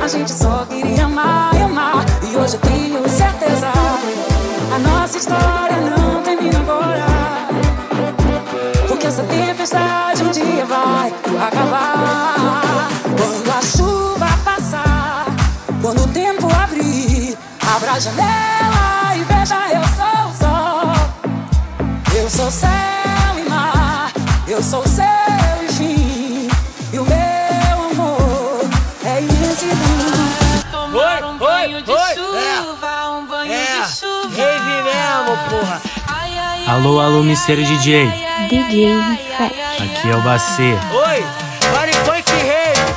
A gente só queria amar e amar. E hoje eu tenho certeza, a nossa história não termina agora. Porque essa tempestade um dia vai acabar. Quando a chuva passar, quando o tempo abrir, abra a janela e veja, eu sou o sol. Eu sou céu e mar, eu sou o céu e fim. E o meu amor é imensidão. Tomar um banho de chuva, um banho de chuva. Rave mesmo, porra. Alô, alô, Mistério DJ. DJ Fat. Aqui é o Bacê. Oi, Body Funk Rave.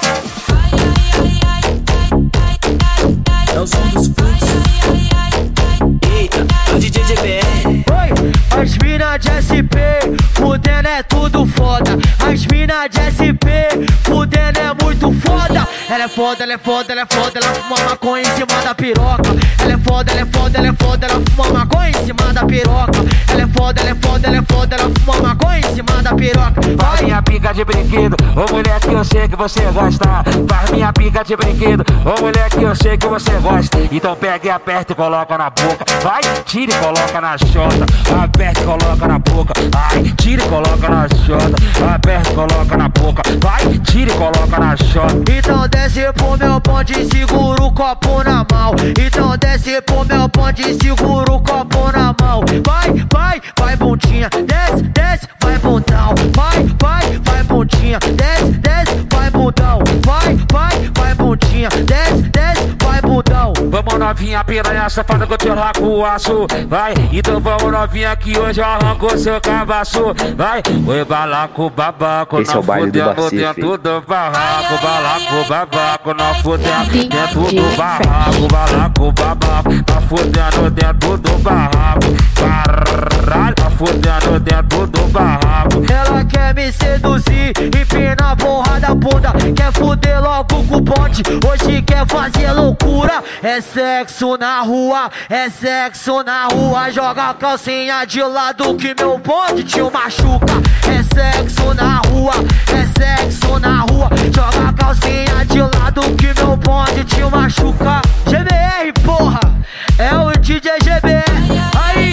É o som dos fluxos. Eita, é o DJ GBR. Oi, as mina de SP, fudendo é tudo foda. As mina de SP, fudendo é muito foda. Ela é foda, ela é foda, ela é foda. Ela fuma maconha em cima da piroca. Ela é foda, ela é foda, ela é foda. Ela fuma maconha em cima da piroca. Ela é foda, ela é foda, ela é foda. Ela fuma maconha em cima da piroca. Faz minha pica de brinquedo, ô mulher que eu sei que você gosta. Faz minha pica de brinquedo, ô mulher que eu sei que você gosta. Então pega e aperta e coloca na boca. Vai, tira e coloca na xota. Aperta e coloca na boca. Ai, tira e coloca na xota. Aperta e coloca na boca. Vai, tira e coloca na xota. Então desce pro meu bonde e segura o copo na mão. Então desce pro meu bonde e segura o copo na mão. Vai, vai, vai bundinha, desce, desce, vai bundão. Vai, vai, vai bundinha, desce, desce, vai bundão. Vai, vai, vai bundinha, desce, desce, vai bundão. Vamos novinha piranha safada que eu te arranco o aço. Vai, então vamos novinha que hoje eu arranco seu cavaço. Vai, oi balaco babaco. Esse é o baile do Bacê, dentro do barraco. Balaco babaco, não fudendo dentro do barraco. Balaco babaco, tá fudendo dentro do barraco. Caralho, tá fudendo dentro do barraco. Ela quer me seduzir, empina a porra da bunda. Quer fuder logo com o bonde, hoje quer fazer loucura. É sexo na rua, é sexo na rua. Joga a calcinha de lado que meu bonde te machuca. É sexo na rua, é sexo na rua. Joga a calcinha de lado que meu bonde te machuca. GBR, porra, é o DJ GBR. Aí!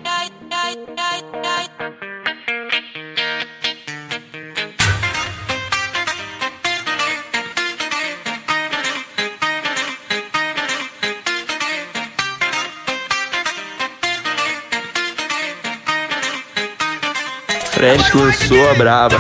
Fresh lançou a braba.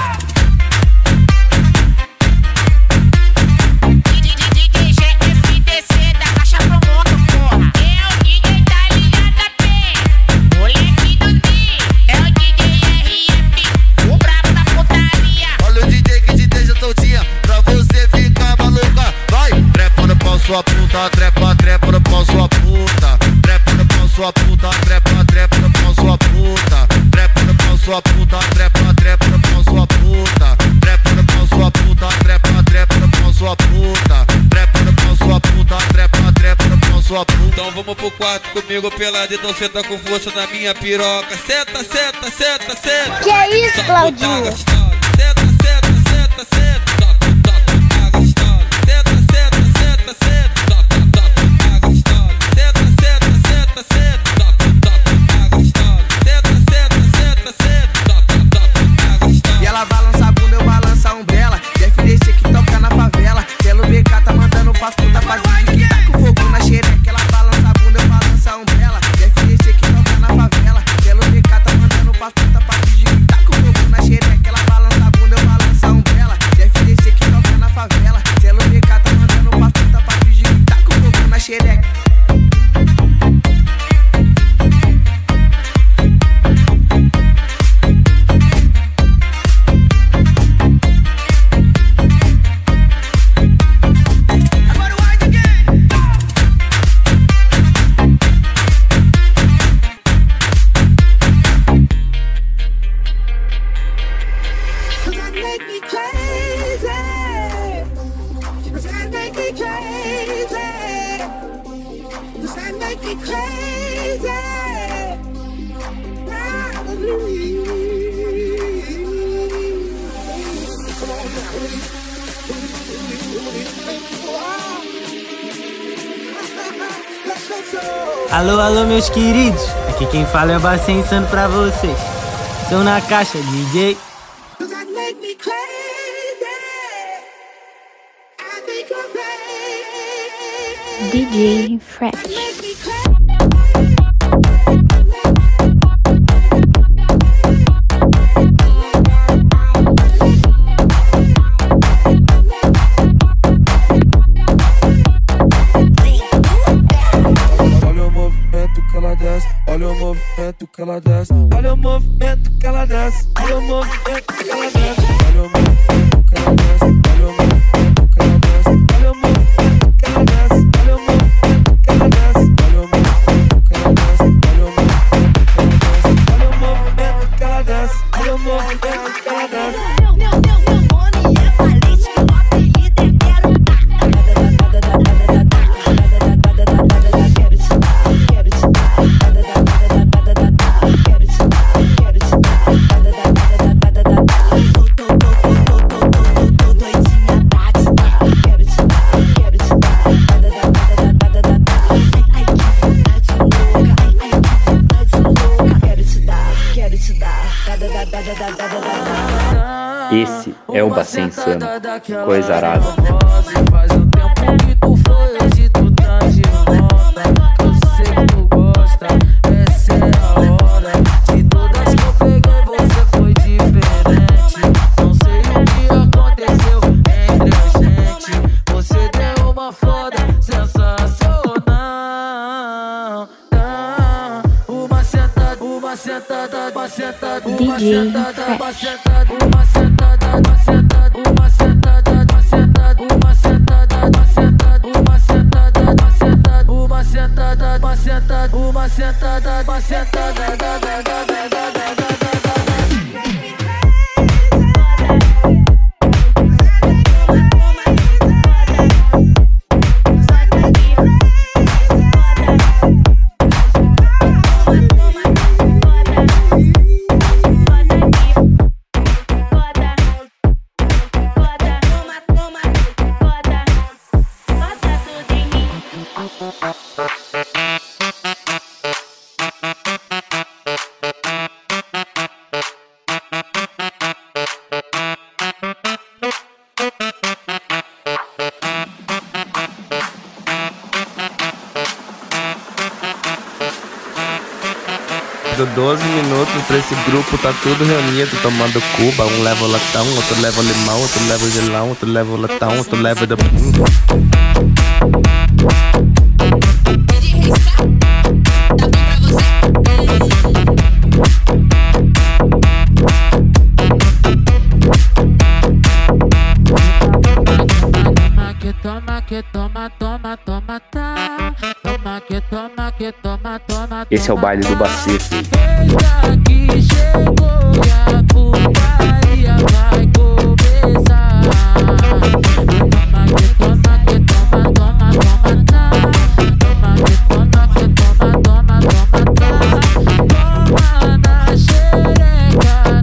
Sua puta, trepa, trepa no pau, sua puta. Trepa no pau, sua puta, trepa, trepa no pau, sua puta. Trepa no pau, sua puta, trepa, trepa no pau, sua puta. Trepa no pau, sua puta, trepa, trepa no pau, sua puta. Trepa no pau, sua puta, trepa, trepa no pau, sua puta. Então vamos pro quarto comigo pelado, então senta com força na minha piroca. Senta, senta, senta, senta. Que é isso, Claudinho? Senta, senta, senta, senta. E ela balança a bunda, eu balanço a umbrella. FDC que toca na favela. Pelo BK tá mandando pras puta pra que tá com fogo na xereca. Ela balança a bunda, eu balanço a umbrella. FDC que toca na favela. Pelo BK tá mandando pras puta pra que tá com fogo na xereca. Ela Alô, alô, meus queridos. Aqui quem fala é o Bacia Insano pra vocês. São na caixa, DJ. DJ Fresh. Olha o movimento que ela desce, olha o movimento que ela desce, olha o movimento que ela desce, olha o movimento que ela desce, olha o movimento que ela desce, olha o movimento que ela desce, olha o movimento que ela desce, olha o movimento que ela desce, olha o movimento que ela desce, olha o movimento que ela desce. Esse é o Bacia Insano, coisa arada. Faz um tempo que tu foi, hoje tu tá de volta. Eu sei que tu gosta, essa é a hora. De todas que eu peguei, você foi diferente. Não sei o que aconteceu entre a gente. Você deu uma foda sensacional. Uma sentada, uma sentada, uma sentada, uma sentada, uma sentada, uma sentada, uma sentada, uma sentada, uma sentada, uma sentada, uma sentada, uma sentada, uma sentada, uma sentada, uma sentada, uma sentada, uma sentada. Do 12 minutos pra esse grupo tá tudo reunido, tomando cuba. Um leva o latão, outro leva o limão, outro leva o gelão, outro leva o latão, outro leva da... Esse é o baile do Bacia. Que chegou e a putaria vai começar. Toma que toma que toma, toma, toma, tá. Toma que toma que toma, toma, toma, tá. Toma na xereca,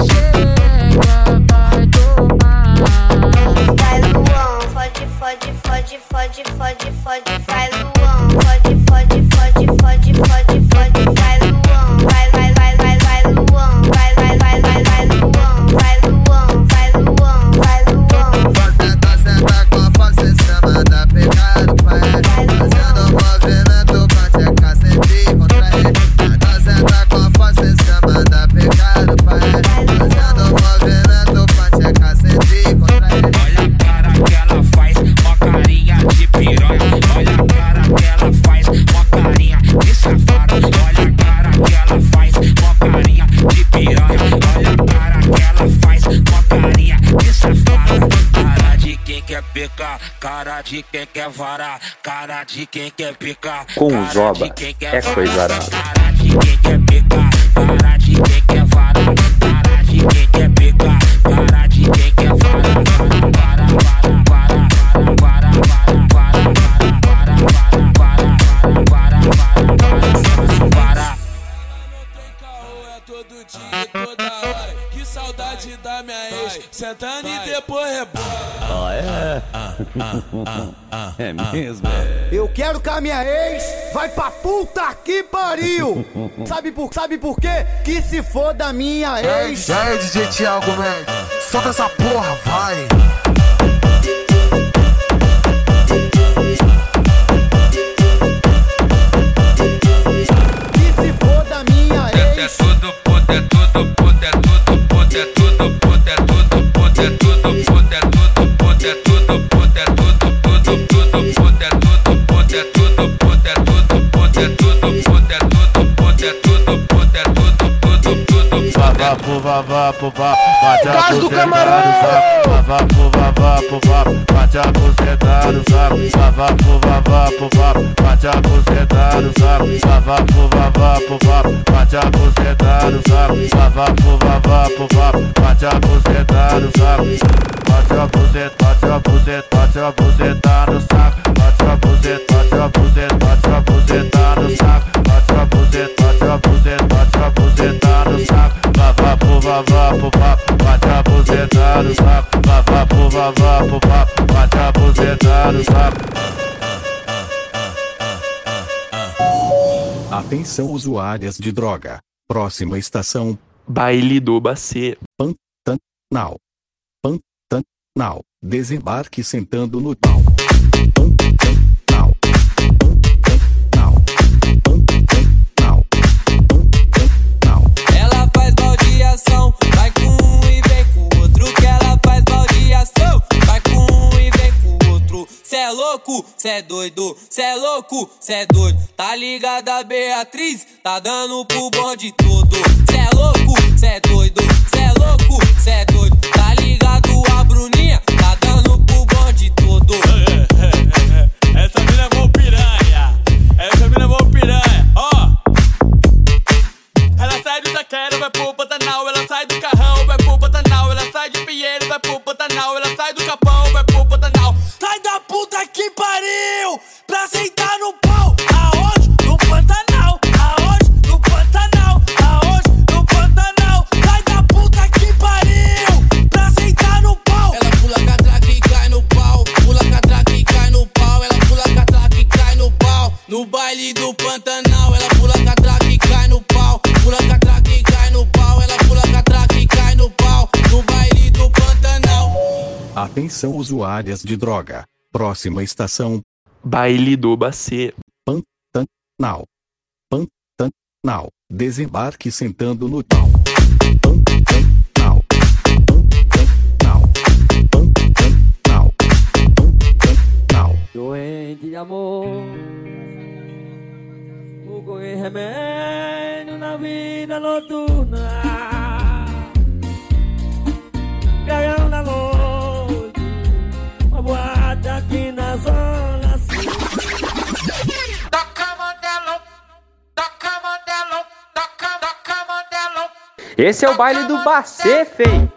vai tomar. Vai Luan, fode, fode, fode, fode, fode, fode, vai Luan, fode, fode, fode, fode, fode, fode, vai Luan, vai, vai, vai, vai, vai Luan, vai, vai, vai, vai, vai Luan, vai Luan, vai Luan, vai Luan. Senta, senta com a força em cima da pegada, pai. Fazendo movimento com a tcheca sempre contrair. Senta com a força em cima da pegada, pai. Fazendo movimento com a tcheca sempre contrair. Olha a cara que ela faz, uma carinha de piranha. Olha a cara que ela faz, uma carinha de safada. Olha a cara que ela faz, uma carinha de piranha. Olha a cara que ela faz, uma carinha de safada. Cara de quem quer pecar, cara de quem quer varar, cara de quem quer pecar. Com o Zoba é coisa arada. Cara de quem quer pecar, cara de quem quer varar, cara de quem quer pecar, cara de quem quer varar. Para, para, para, para, para, para, para, para, para, para, para. É todo dia e toda hora. Que saudade da minha ex. Sentando e depois rebola. Ah, é? É mesmo? Eu quero que a minha ex vai pra puta que pariu. Sabe por quê? Que se for da minha ex. E aí, DJ Thiago, man, solta essa porra, vai. Que se for da minha ex. É tudo puta, é tudo puta, é tudo puta, é tudo puta, é tudo puta, é tudo puta, é tudo puta, é tudo puta, é tudo puta, é tudo puta, é tudo puta, é tudo puta, é tudo puta, é tudo puta, é tudo puta, é tudo puta, é tudo tudo. Vavapo, bate a buceta no saco. Vavapo, bate a buceta no saco. Vavapo, bate a buceta no saco. Vavapo, bate a buceta no saco. Vavapo, bate a buceta no saco. Bate a buceta no saco. Bate a buceta no saco. Bate a buceta no saco. Vavapo, bate a buceta no saco. Vavapo, bate a buceta no saco. Atenção usuárias de droga. Próxima estação. Baile do Bacê. Pantanal. Desembarque sentando no pau. Ela faz baldeação, vai com um e vem com o outro. Que ela faz baldeação, vai com um e vem com o outro. Cê é louco, cê é doido, cê é louco, cê é doido. Tá ligada, Beatriz? Tá dando pro bonde todo. Cê é louco, cê é doido, cê é louco, cê é doido. Tá ligado, a Bruninha? Tá dando pro bonde todo. Essa mina é mó piranha, essa mina é mó piranha, ó. Ela sai do Taquero, vai pro Pantanal. Ela sai do Carrão, vai pro Pantanal. Ela sai de Pinheiro, vai pro Pantanal. Ela sai do Capão, vai pro Pantanal. Sai da puta que pariu pra sentar no pau. Aonde? No Pantanal. Aonde? No Pantanal. Aonde? No Pantanal. Sai da puta que pariu pra sentar no pau. Ela pula catraca e cai no pau. Pula catraca e cai no pau. Ela pula catraca e cai no pau. No baile do Pantanal. Ela pula catraca e cai no pau. Pula catraca e cai no pau. Ela pula catraca e cai no pau. No baile do Pantanal. Atenção usuárias de droga. Próxima estação. Baile do Bacê. Pantanal. Desembarque sentando no pau. Doente de amor, vou correr remédio na vida noturna. Caião da noite, uma boate aqui na zona sul. Toca modelo, toca modelo, toca modelo. Esse é o baile do Bacê, fei.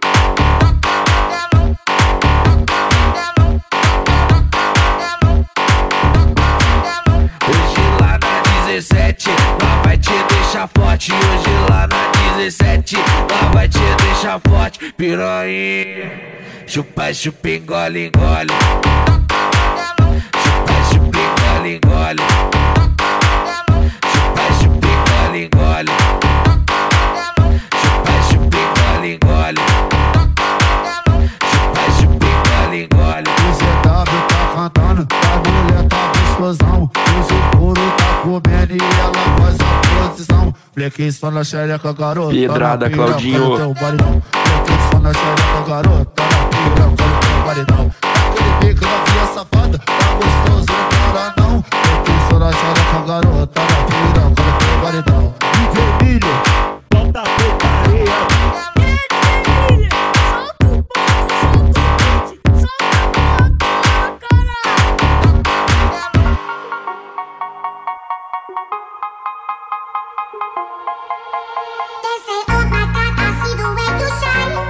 Lá vai te deixar forte. Hoje lá na 17, lá vai te deixar forte. Piranha, chupa, chupa, engole, engole. Chupa, chupa, engole, engole. Chupa, chupa, engole, engole. Chupa, chupa, engole, engole. Chupa, chupa, engole, engole. O ZW tá cantando, a mulher tá com explosão. O Zucuro tá comendo e ela faz a posição. Flexiona na xereca, garota. Pedrada, Claudinho. Flexiona na xereca, garota. Na piranha, teu baridão. Aquele pico da filha safada, tá gostoso, não para não. Flexiona na xereca, garota. Na piranha, teu baridão. DJ Milho, solta a putaria.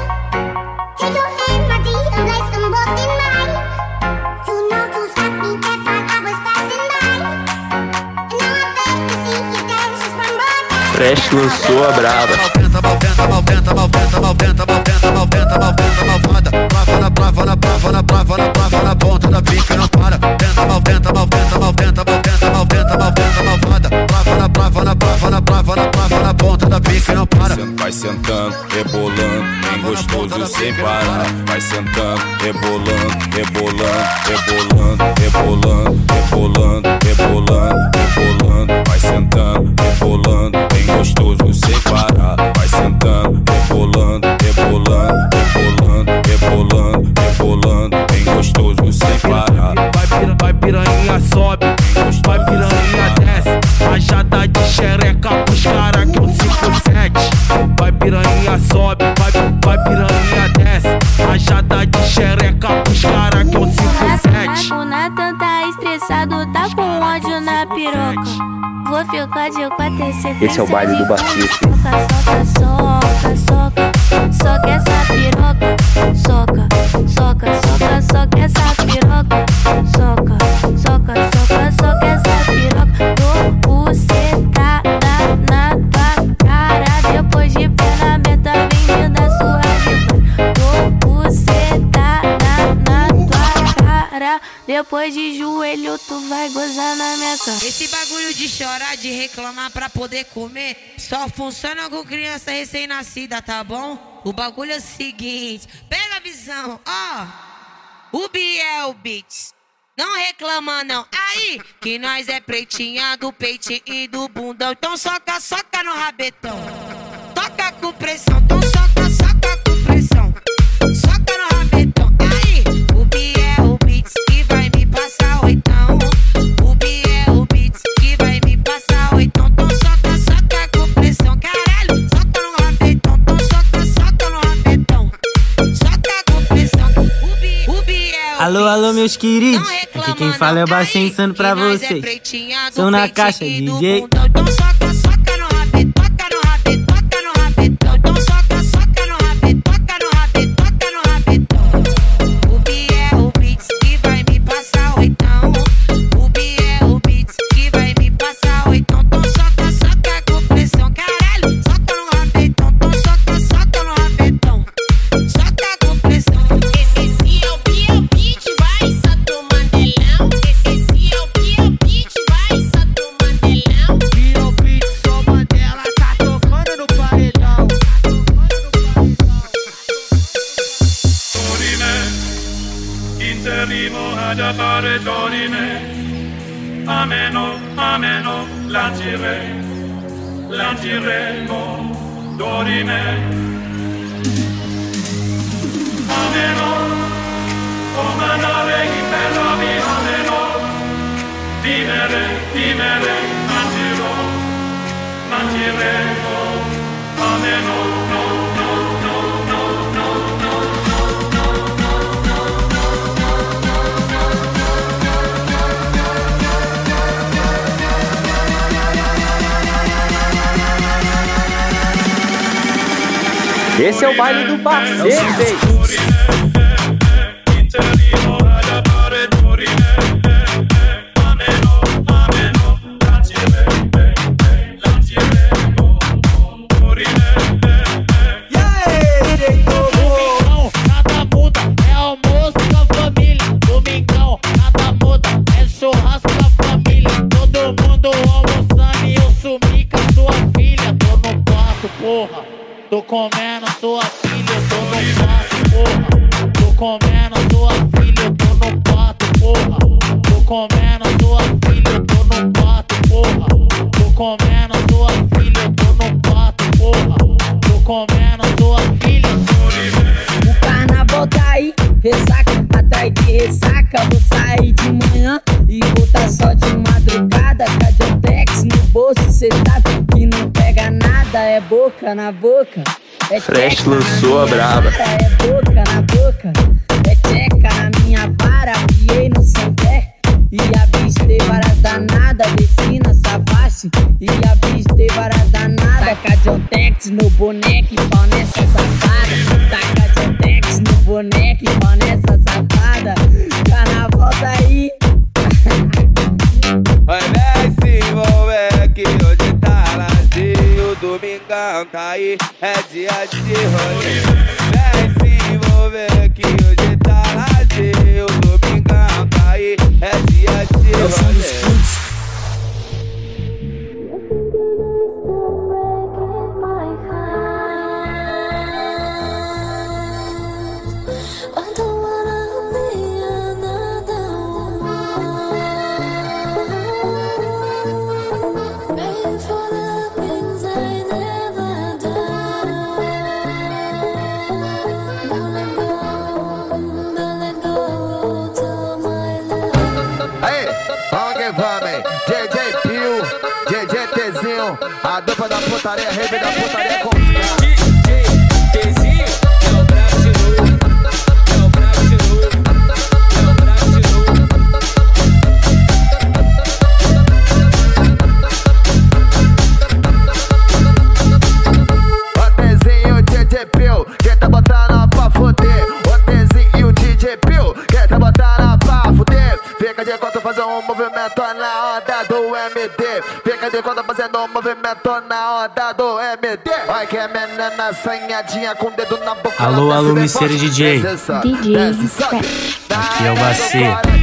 Take your hand, my dear, and place them both in mine. You know you stop me every Fresh lançou a braba. Na ponta da pica não para. Na ponta da pica não para. Vai sentando, rebolando, bem gostoso sem parar. Vai sentando, rebolando, rebolando, rebolando, rebolando, rebolando, rebolando, rebolando. Vai sentando, rebolando, bem gostoso sem parar. Vai sentando, rebolando, rebolando, rebolando, rebolando, rebolando, bem gostoso sem parar. Vai piranha sobe, vai piranha desce. Rajada de xereca pros cara que é o 57. Vai piranha sobe, vai piranha desce. Rajada de xereca pros cara que é o 57. O Nathan tá estressado, tá com ódio na piroca. Vou ficar de 4 e 70. Esse é o baile do Bacete. Soca essa piroca. Soca essa piroca. Soca essa piroca. Tô bucetada na tua cara. Depois de perna aberta, vem me dar sua ribana. Tô bucetada na tua cara. Depois de joelho, tu vai gozar na minha cara. Esse bagulho de chorar, de reclamar pra poder comer, só funciona com criança recém-nascida, tá bom? O bagulho é o seguinte, pega a visão, ó. O Biel Beats, não reclama não. Aí, que nós é pretinha do peitinho e do bundão. Então soca no rabetão. Toca com pressão, então soca com pressão. Soca no rabetão. Aí, o Biel Beats que vai me passar oitão. O Biel Beats que vai me passar oitão. Então soca com pressão, caralho. Soca no rabetão, então soca no rabetão. Soca com pressão. O Biel. Alô, meus queridos. Aqui quem fala é o Bacê Insano pra vocês. São na caixa, DJ. Então soca no rabetão, toca no rabetão, toca no rabetão. Então soca no rabetão, toca no rabetão, toca no rabetão. O Biel Beats que vai me passar oitão. O Biel Beats que vai me passar oitão. Então soca com pressão, caralho. Soca no rabetão, então soca no rabetão. Soca com pressão. Esse é o Biel Beats, vai Santo Mandelão. Esse é o Biel Beats, vai Santo Mandelão. Biel Beats, só Mandela, tá tocando no paredão. Inserimo ad appare Dorime. Ameno, lanciremo Dorime. Ameno, comandare in perravi, ameno. Vivere, lanciremo. Ameno, Esse é o baile do Bacete. Nada muda, é almoço com a família. Domingão, nada muda, é churrasco com a família. Todo mundo almoçando e eu sumi com a sua filha. Tô no quarto, porra. Tô comendo sua filha, eu tô no quarto, porra. Tô comendo sua filha, eu tô no quarto, porra. Tô comendo sua filha, eu tô no quarto, porra. Tô comendo sua filha, eu tô no quarto, porra. Tô comendo sua filha. O carnaval tá aí, ressaca atrás de ressaca. Vou sair de manhã e voltar só de madrugada. Cadiotex no bolso, cê sabe que não pega nada. É boca na boca, é Fresh lançou a braba. é boca na boca, é tcheca na minha vara. Piei no seu pé e avistei varas danadas. Desci na Savassi e avistei varas danadas. Cadiotex no boneco e pau nessa safada. Taca Cadiotex no boneco e pau nessa safada. Carnaval tá aí. Vai se envolver que hoje tá lasio. esquenta aí, é dia de rolê. Vem se envolver que hoje tá lazer. O domingão tá aí, é dia de rolê. A dupla da putaria, rave da putaria com DJ Tezinho é o brabo de novo. É o brabo de novo. É o brabo de novo. O Tezinho, DJ Pio, quem tá botando pra fuder. O Tezinho, DJ Pio, quem tá botando pra fuder. Fica de conta fazendo um movimento na onda do MD. Fica de conta fazendo um movimento na onda do MD. Olha que a menina assanhadinha com o dedo na boca. Alô, alô, Mistério DJ. DJ Fresh. Aqui é o Bacê.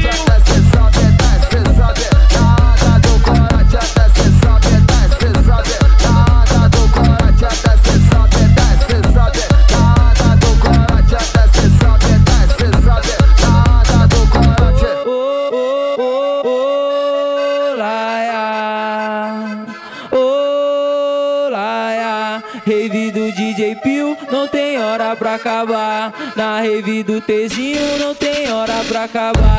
Rave do DJ Pio não tem hora pra acabar. Na rave do Tezinho não tem hora pra acabar.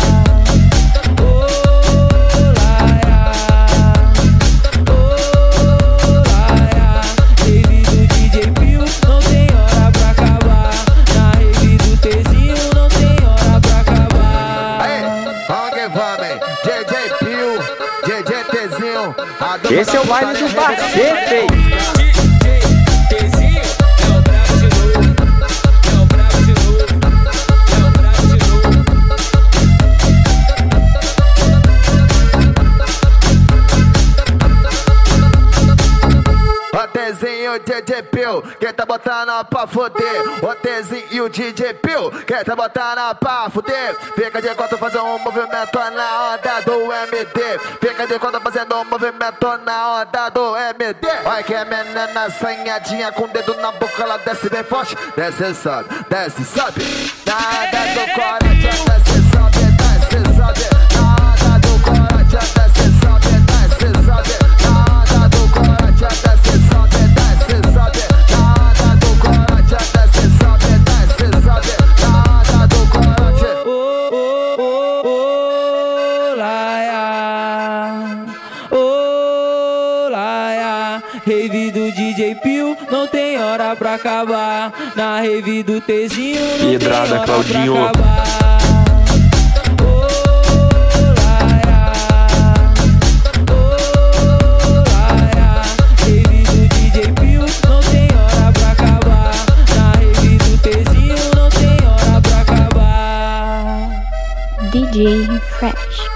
Rave do DJ Pio não tem hora pra acabar. Na rave do Tezinho não tem hora pra acabar. Aí, vamos, DJ Pio, DJ Tezinho. Esse é o baile do Bacê, feio. O DJ Pio, quem tá botando pra fuder. O Tezinho e o DJ Pio, quem tá botando pra fuder. Fica de conta fazendo um movimento na onda do MD. Fica de conta fazendo um movimento na onda do MD. Olha que a menina assanhadinha com o dedo na boca. Ela desce bem forte, desce e sobe, desce e sobe. Na onda do Corinthians, desce e sobe, desce e sobe. Na onda do Corinthians, desce e sobe, desce e sobe. Na onda do Corinthians, desce e sobe. Rave do DJ Pio não tem hora pra acabar. Na rave do Tezinho não Pedrada, tem hora Claudinho. pra acabar. Rave do DJ Pio não tem hora pra acabar. Na rave do Tezinho não tem hora pra acabar. DJ Fresh.